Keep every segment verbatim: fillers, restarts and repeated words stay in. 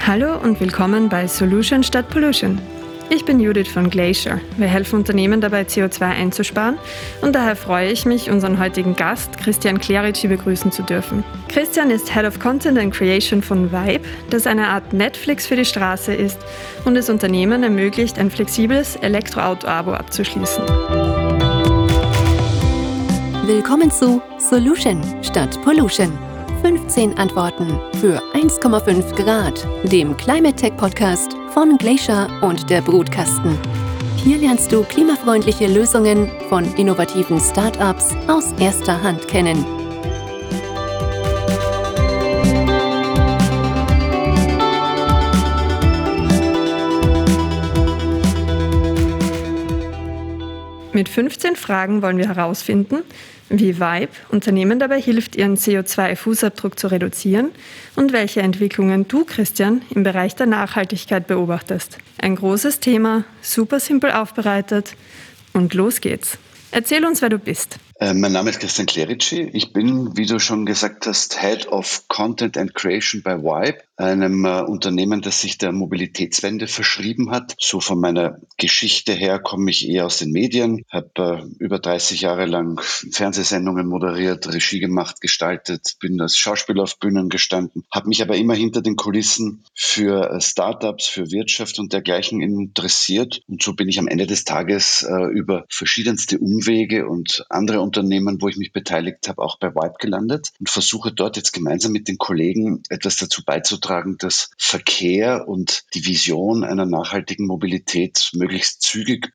Hallo und willkommen bei Solution statt Pollution. Ich bin Judith von Glacier. Wir helfen Unternehmen dabei, C O zwei einzusparen und daher freue ich mich, unseren heutigen Gast Christian Clerici begrüßen zu dürfen. Christian ist Head of Content and Creation von Vibe, das eine Art Netflix für die Straße ist und es Unternehmen ermöglicht, ein flexibles Elektroauto-Abo abzuschließen. Willkommen zu Solution statt Pollution. fünfzehn Antworten für eins Komma fünf Grad, dem Climate Tech Podcast von Glacier und der Brutkasten. Hier lernst du klimafreundliche Lösungen von innovativen Startups aus erster Hand kennen. Mit fünfzehn Fragen wollen wir herausfinden, wie Vibe Unternehmen dabei hilft, ihren C O zwei Fußabdruck zu reduzieren und welche Entwicklungen du, Christian, im Bereich der Nachhaltigkeit beobachtest. Ein großes Thema, super simpel aufbereitet und los geht's. Erzähl uns, wer du bist. Äh, mein Name ist Christian Clerici. Ich bin, wie du schon gesagt hast, Head of Content and Creation bei Vibe, einem äh, Unternehmen, das sich der Mobilitätswende verschrieben hat. So von meiner Geschichte her komme ich eher aus den Medien, habe äh, über dreißig Jahre lang Fernsehsendungen moderiert, Regie gemacht, gestaltet, bin als Schauspieler auf Bühnen gestanden, habe mich aber immer hinter den Kulissen für äh, Startups, für Wirtschaft und dergleichen interessiert. Und so bin ich am Ende des Tages äh, über verschiedenste Umwege und andere Unternehmen, wo ich mich beteiligt habe, auch bei Vibe gelandet und versuche dort jetzt gemeinsam mit den Kollegen etwas dazu beizutragen, dass Verkehr und die Vision einer nachhaltigen Mobilität möglichst zügig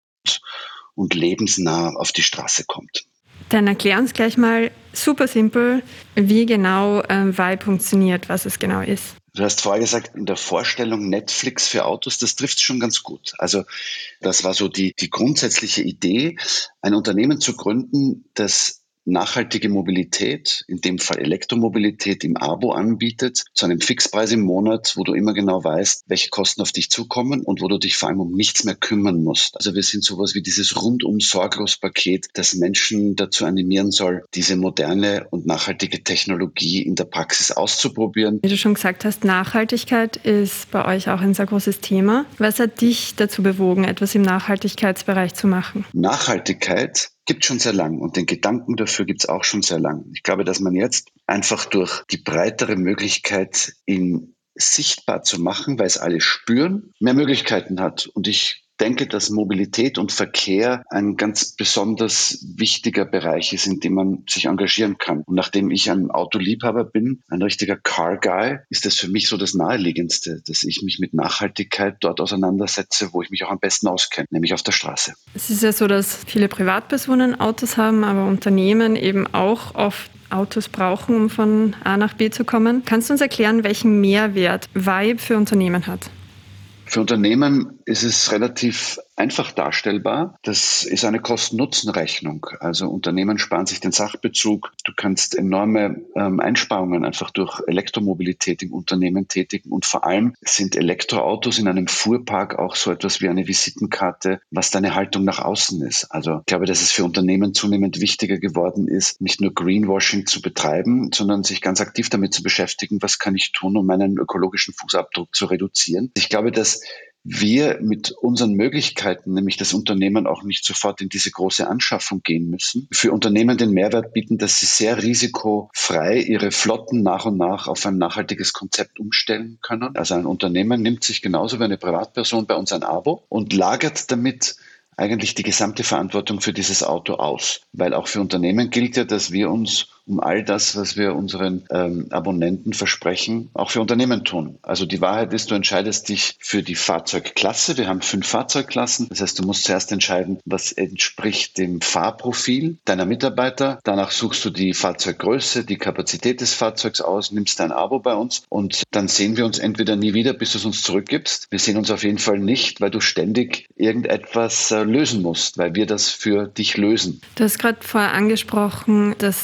und lebensnah auf die Straße kommt. Dann erklär uns gleich mal super simpel, wie genau äh, Vibe funktioniert, was es genau ist. Du hast vorher gesagt, in der Vorstellung Netflix für Autos, das trifft es schon ganz gut. Also das war so die, die grundsätzliche Idee, ein Unternehmen zu gründen, das nachhaltige Mobilität, in dem Fall Elektromobilität im Abo anbietet, zu einem Fixpreis im Monat, wo du immer genau weißt, welche Kosten auf dich zukommen und wo du dich vor allem um nichts mehr kümmern musst. Also wir sind sowas wie dieses rundum sorglos Paket, das Menschen dazu animieren soll, diese moderne und nachhaltige Technologie in der Praxis auszuprobieren. Wie du schon gesagt hast, Nachhaltigkeit ist bei euch auch ein sehr großes Thema. Was hat dich dazu bewogen, etwas im Nachhaltigkeitsbereich zu machen? Nachhaltigkeit gibt schon sehr lang und den Gedanken dafür gibt es auch schon sehr lang. Ich glaube, dass man jetzt einfach durch die breitere Möglichkeit, ihn sichtbar zu machen, weil es alle spüren, mehr Möglichkeiten hat. Und ich denke, dass Mobilität und Verkehr ein ganz besonders wichtiger Bereich ist, in dem man sich engagieren kann. Und nachdem ich ein Autoliebhaber bin, ein richtiger Car Guy, ist das für mich so das Naheliegendste, dass ich mich mit Nachhaltigkeit dort auseinandersetze, wo ich mich auch am besten auskenne, nämlich auf der Straße. Es ist ja so, dass viele Privatpersonen Autos haben, aber Unternehmen eben auch oft Autos brauchen, um von A nach B zu kommen. Kannst du uns erklären, welchen Mehrwert Vibe für Unternehmen hat? Für Unternehmen ist es relativ einfach darstellbar. Das ist eine Kosten-Nutzen-Rechnung. Also Unternehmen sparen sich den Sachbezug. Du kannst enorme ähm, Einsparungen einfach durch Elektromobilität im Unternehmen tätigen. Und vor allem sind Elektroautos in einem Fuhrpark auch so etwas wie eine Visitenkarte, was deine Haltung nach außen ist. Also ich glaube, dass es für Unternehmen zunehmend wichtiger geworden ist, nicht nur Greenwashing zu betreiben, sondern sich ganz aktiv damit zu beschäftigen, was kann ich tun, um meinen ökologischen Fußabdruck zu reduzieren. Ich glaube, dass wir mit unseren Möglichkeiten, nämlich das Unternehmen auch nicht sofort in diese große Anschaffung gehen müssen, für Unternehmen den Mehrwert bieten, dass sie sehr risikofrei ihre Flotten nach und nach auf ein nachhaltiges Konzept umstellen können. Also ein Unternehmen nimmt sich genauso wie eine Privatperson bei uns ein Abo und lagert damit eigentlich die gesamte Verantwortung für dieses Auto aus. Weil auch für Unternehmen gilt ja, dass wir uns um all das, was wir unseren ähm, Abonnenten versprechen, auch für Unternehmen tun. Also die Wahrheit ist, du entscheidest dich für die Fahrzeugklasse. Wir haben fünf Fahrzeugklassen. Das heißt, du musst zuerst entscheiden, was entspricht dem Fahrprofil deiner Mitarbeiter. Danach suchst du die Fahrzeuggröße, die Kapazität des Fahrzeugs aus, nimmst dein Abo bei uns und dann sehen wir uns entweder nie wieder, bis du es uns zurückgibst. Wir sehen uns auf jeden Fall nicht, weil du ständig irgendetwas äh, lösen musst, weil wir das für dich lösen. Du hast gerade vorher angesprochen, dass sich gerade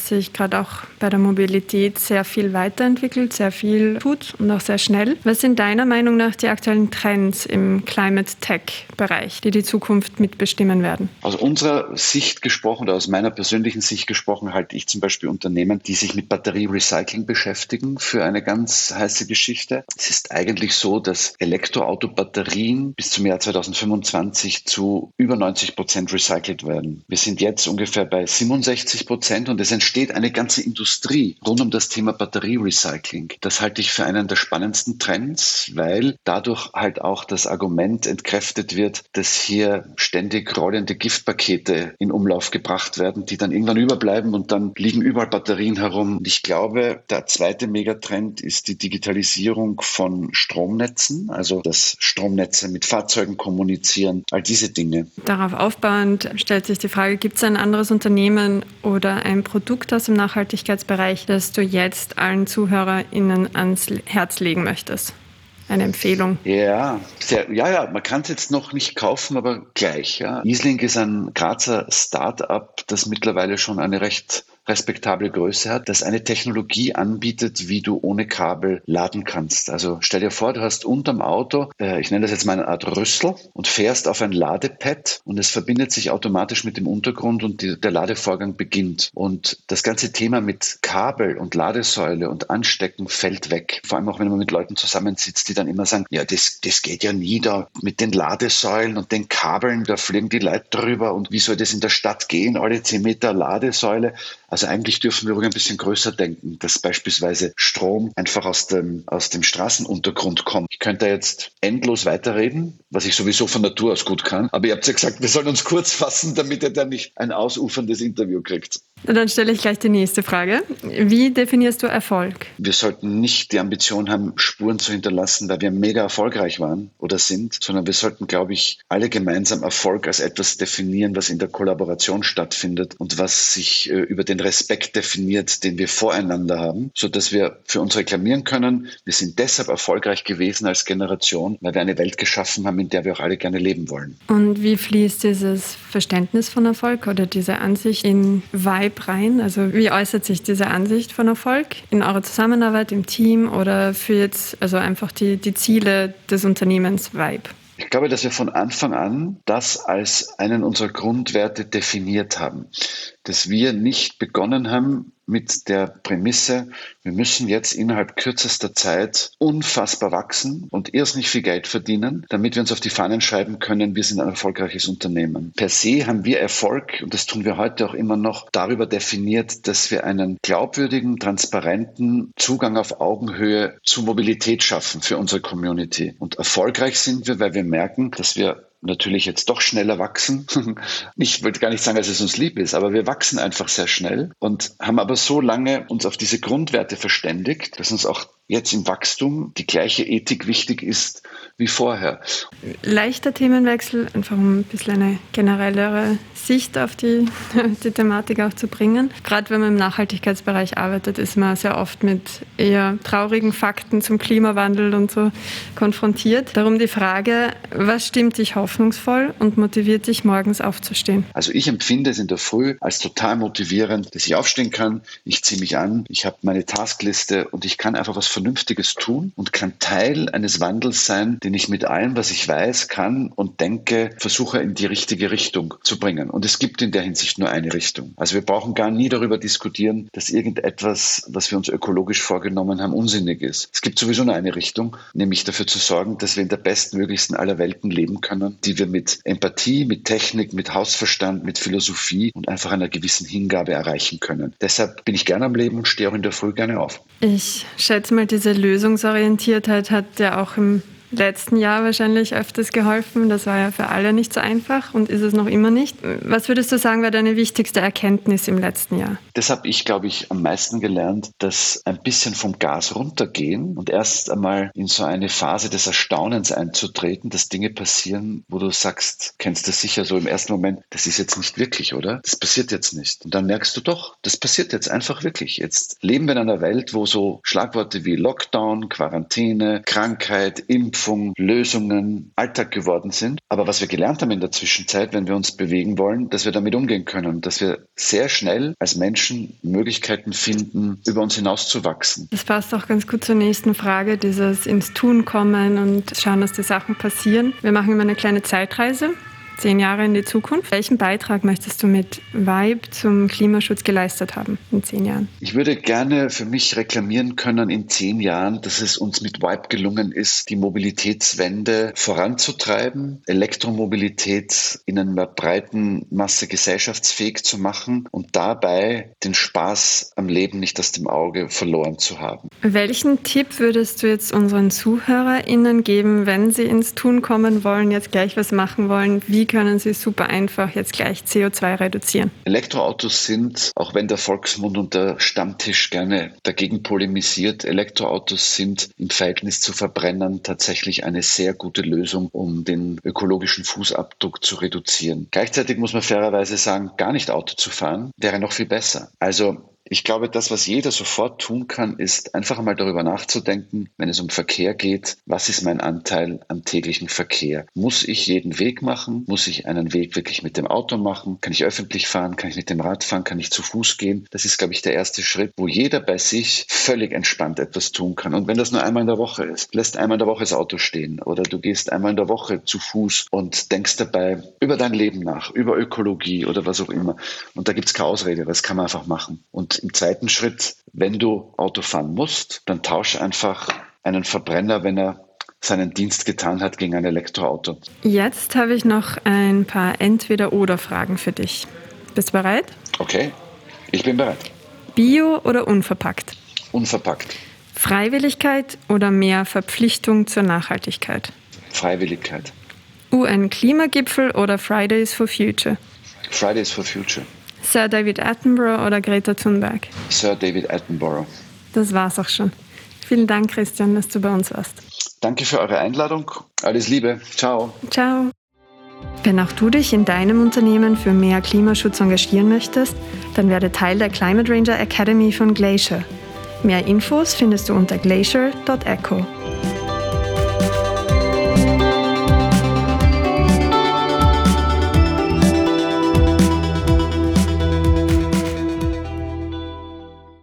gerade auch bei der Mobilität sehr viel weiterentwickelt, sehr viel tut und auch sehr schnell. Was sind deiner Meinung nach die aktuellen Trends im Climate Tech-Bereich, die die Zukunft mitbestimmen werden? Aus unserer Sicht gesprochen oder aus meiner persönlichen Sicht gesprochen halte ich zum Beispiel Unternehmen, die sich mit Batterierecycling beschäftigen, für eine ganz heiße Geschichte. Es ist eigentlich so, dass Elektroautobatterien bis zum Jahr zweitausendfünfundzwanzig zu über neunzig Prozent recycelt werden. Wir sind jetzt ungefähr bei siebenundsechzig Prozent und es entsteht eine ganze Industrie rund um das Thema Batterierecycling. Das halte ich für einen der spannendsten Trends, weil dadurch halt auch das Argument entkräftet wird, dass hier ständig rollende Giftpakete in Umlauf gebracht werden, die dann irgendwann überbleiben und dann liegen überall Batterien herum. Und ich glaube, der zweite Megatrend ist die Digitalisierung von Stromnetzen, also dass Stromnetze mit Fahrzeugen kommunizieren, all diese Dinge. Darauf aufbauend stellt sich die Frage, gibt es ein anderes Unternehmen oder ein Produkt aus dem Nachhaltigkeitsbereich, das du jetzt allen ZuhörerInnen ans Herz legen möchtest? Eine Empfehlung. Ja, sehr, ja, ja, man kann es jetzt noch nicht kaufen, aber gleich. Ja. Easlink ist ein Grazer Start-up, das mittlerweile schon eine recht respektable Größe hat, das eine Technologie anbietet, wie du ohne Kabel laden kannst. Also stell dir vor, du hast unterm Auto, äh, ich nenne das jetzt mal eine Art Rüssel und fährst auf ein Ladepad und es verbindet sich automatisch mit dem Untergrund und die, der Ladevorgang beginnt. Und das ganze Thema mit Kabel und Ladesäule und Anstecken fällt weg. Vor allem auch, wenn man mit Leuten zusammensitzt, die dann immer sagen, ja, das, das geht ja nie da mit den Ladesäulen und den Kabeln, da fliegen die Leute drüber und wie soll das in der Stadt gehen, alle zehn Meter Ladesäule. Also eigentlich dürfen wir ruhig ein bisschen größer denken, dass beispielsweise Strom einfach aus dem, aus dem Straßenuntergrund kommt. Ich könnte jetzt endlos weiterreden, was ich sowieso von Natur aus gut kann. Aber ihr habt ja gesagt, wir sollen uns kurz fassen, damit ihr dann nicht ein ausuferndes Interview kriegt. Dann stelle ich gleich die nächste Frage. Wie definierst du Erfolg? Wir sollten nicht die Ambition haben, Spuren zu hinterlassen, weil wir mega erfolgreich waren oder sind, sondern wir sollten, glaube ich, alle gemeinsam Erfolg als etwas definieren, was in der Kollaboration stattfindet und was sich äh, über den Respekt definiert, den wir voreinander haben, sodass wir für uns reklamieren können. Wir sind deshalb erfolgreich gewesen als Generation, weil wir eine Welt geschaffen haben, in der wir auch alle gerne leben wollen. Und wie fließt dieses Verständnis von Erfolg oder diese Ansicht in Vibe rein? Also wie äußert sich diese Ansicht von Erfolg in eurer Zusammenarbeit im Team oder für jetzt also einfach die, die Ziele des Unternehmens Vibe? Ich glaube, dass wir von Anfang an das als einen unserer Grundwerte definiert haben. Dass wir nicht begonnen haben mit der Prämisse, wir müssen jetzt innerhalb kürzester Zeit unfassbar wachsen und irrsinnig viel Geld verdienen, damit wir uns auf die Fahnen schreiben können, wir sind ein erfolgreiches Unternehmen. Per se haben wir Erfolg, und das tun wir heute auch immer noch, darüber definiert, dass wir einen glaubwürdigen, transparenten Zugang auf Augenhöhe zu Mobilität schaffen für unsere Community. Und erfolgreich sind wir, weil wir merken, dass wir natürlich jetzt doch schneller wachsen. Ich wollte gar nicht sagen, dass es uns lieb ist, aber wir wachsen einfach sehr schnell und haben aber so lange uns auf diese Grundwerte verständigt, dass uns auch jetzt im Wachstum die gleiche Ethik wichtig ist wie vorher. Leichter Themenwechsel, einfach um ein bisschen eine generellere Sicht auf die, die Thematik auch zu bringen. Gerade wenn man im Nachhaltigkeitsbereich arbeitet, ist man sehr oft mit eher traurigen Fakten zum Klimawandel und so konfrontiert. Darum die Frage, was stimmt dich hoffnungsvoll und motiviert dich, morgens aufzustehen? Also ich empfinde es in der Früh als total motivierend, dass ich aufstehen kann, ich ziehe mich an, ich habe meine Taskliste und ich kann einfach was Vernünftiges tun und kann Teil eines Wandels sein, den ich mit allem, was ich weiß, kann und denke, versuche in die richtige Richtung zu bringen. Und es gibt in der Hinsicht nur eine Richtung. Also wir brauchen gar nie darüber diskutieren, dass irgendetwas, was wir uns ökologisch vorgenommen haben, unsinnig ist. Es gibt sowieso nur eine Richtung, nämlich dafür zu sorgen, dass wir in der bestmöglichsten aller Welten leben können, die wir mit Empathie, mit Technik, mit Hausverstand, mit Philosophie und einfach einer gewissen Hingabe erreichen können. Deshalb bin ich gerne am Leben und stehe auch in der Früh gerne auf. Ich schätze mal, diese Lösungsorientiertheit hat ja auch im letzten Jahr wahrscheinlich öfters geholfen. Das war ja für alle nicht so einfach und ist es noch immer nicht. Was würdest du sagen, war deine wichtigste Erkenntnis im letzten Jahr? Das habe ich, glaube ich, am meisten gelernt, dass ein bisschen vom Gas runtergehen und erst einmal in so eine Phase des Erstaunens einzutreten, dass Dinge passieren, wo du sagst, kennst du sicher so im ersten Moment, das ist jetzt nicht wirklich, oder? Das passiert jetzt nicht. Und dann merkst du doch, das passiert jetzt einfach wirklich. Jetzt leben wir in einer Welt, wo so Schlagworte wie Lockdown, Quarantäne, Krankheit, Impfung, Verknüpfung, Lösungen Alltag geworden sind. Aber was wir gelernt haben in der Zwischenzeit, wenn wir uns bewegen wollen, dass wir damit umgehen können, dass wir sehr schnell als Menschen Möglichkeiten finden, über uns hinauszuwachsen. Das passt auch ganz gut zur nächsten Frage, dieses ins Tun kommen und schauen, dass die Sachen passieren. Wir machen immer eine kleine Zeitreise. Zehn Jahre in die Zukunft. Welchen Beitrag möchtest du mit Vibe zum Klimaschutz geleistet haben in zehn Jahren? Ich würde gerne für mich reklamieren können in zehn Jahren, dass es uns mit Vibe gelungen ist, die Mobilitätswende voranzutreiben, Elektromobilität in einer breiten Masse gesellschaftsfähig zu machen und dabei den Spaß am Leben nicht aus dem Auge verloren zu haben. Welchen Tipp würdest du jetzt unseren ZuhörerInnen geben, wenn sie ins Tun kommen wollen, jetzt gleich was machen wollen? Wie können sie super einfach jetzt gleich C O zwei reduzieren? Elektroautos sind, auch wenn der Volksmund und der Stammtisch gerne dagegen polemisiert, Elektroautos sind im Verhältnis zu Verbrennern tatsächlich eine sehr gute Lösung, um den ökologischen Fußabdruck zu reduzieren. Gleichzeitig muss man fairerweise sagen, gar nicht Auto zu fahren wäre noch viel besser. Also ich glaube, das, was jeder sofort tun kann, ist einfach einmal darüber nachzudenken, wenn es um Verkehr geht, was ist mein Anteil am täglichen Verkehr? Muss ich jeden Weg machen? Muss ich einen Weg wirklich mit dem Auto machen? Kann ich öffentlich fahren? Kann ich mit dem Rad fahren? Kann ich zu Fuß gehen? Das ist, glaube ich, der erste Schritt, wo jeder bei sich völlig entspannt etwas tun kann. Und wenn das nur einmal in der Woche ist, lässt einmal in der Woche das Auto stehen oder du gehst einmal in der Woche zu Fuß und denkst dabei über dein Leben nach, über Ökologie oder was auch immer. Und da gibt es keine Ausrede, das kann man einfach machen. Und im zweiten Schritt, wenn du Auto fahren musst, dann tausch einfach einen Verbrenner, wenn er seinen Dienst getan hat, gegen ein Elektroauto. Jetzt habe ich noch ein paar Entweder-oder-Fragen für dich. Bist du bereit? Okay, ich bin bereit. Bio oder unverpackt? Unverpackt. Freiwilligkeit oder mehr Verpflichtung zur Nachhaltigkeit? Freiwilligkeit. U N-Klimagipfel oder Fridays for Future? Fridays for Future. Sir David Attenborough oder Greta Thunberg? Sir David Attenborough. Das war's auch schon. Vielen Dank, Christian, dass du bei uns warst. Danke für eure Einladung. Alles Liebe. Ciao. Ciao. Wenn auch du dich in deinem Unternehmen für mehr Klimaschutz engagieren möchtest, dann werde Teil der Climate Ranger Academy von Glacier. Mehr Infos findest du unter glacier punkt eco.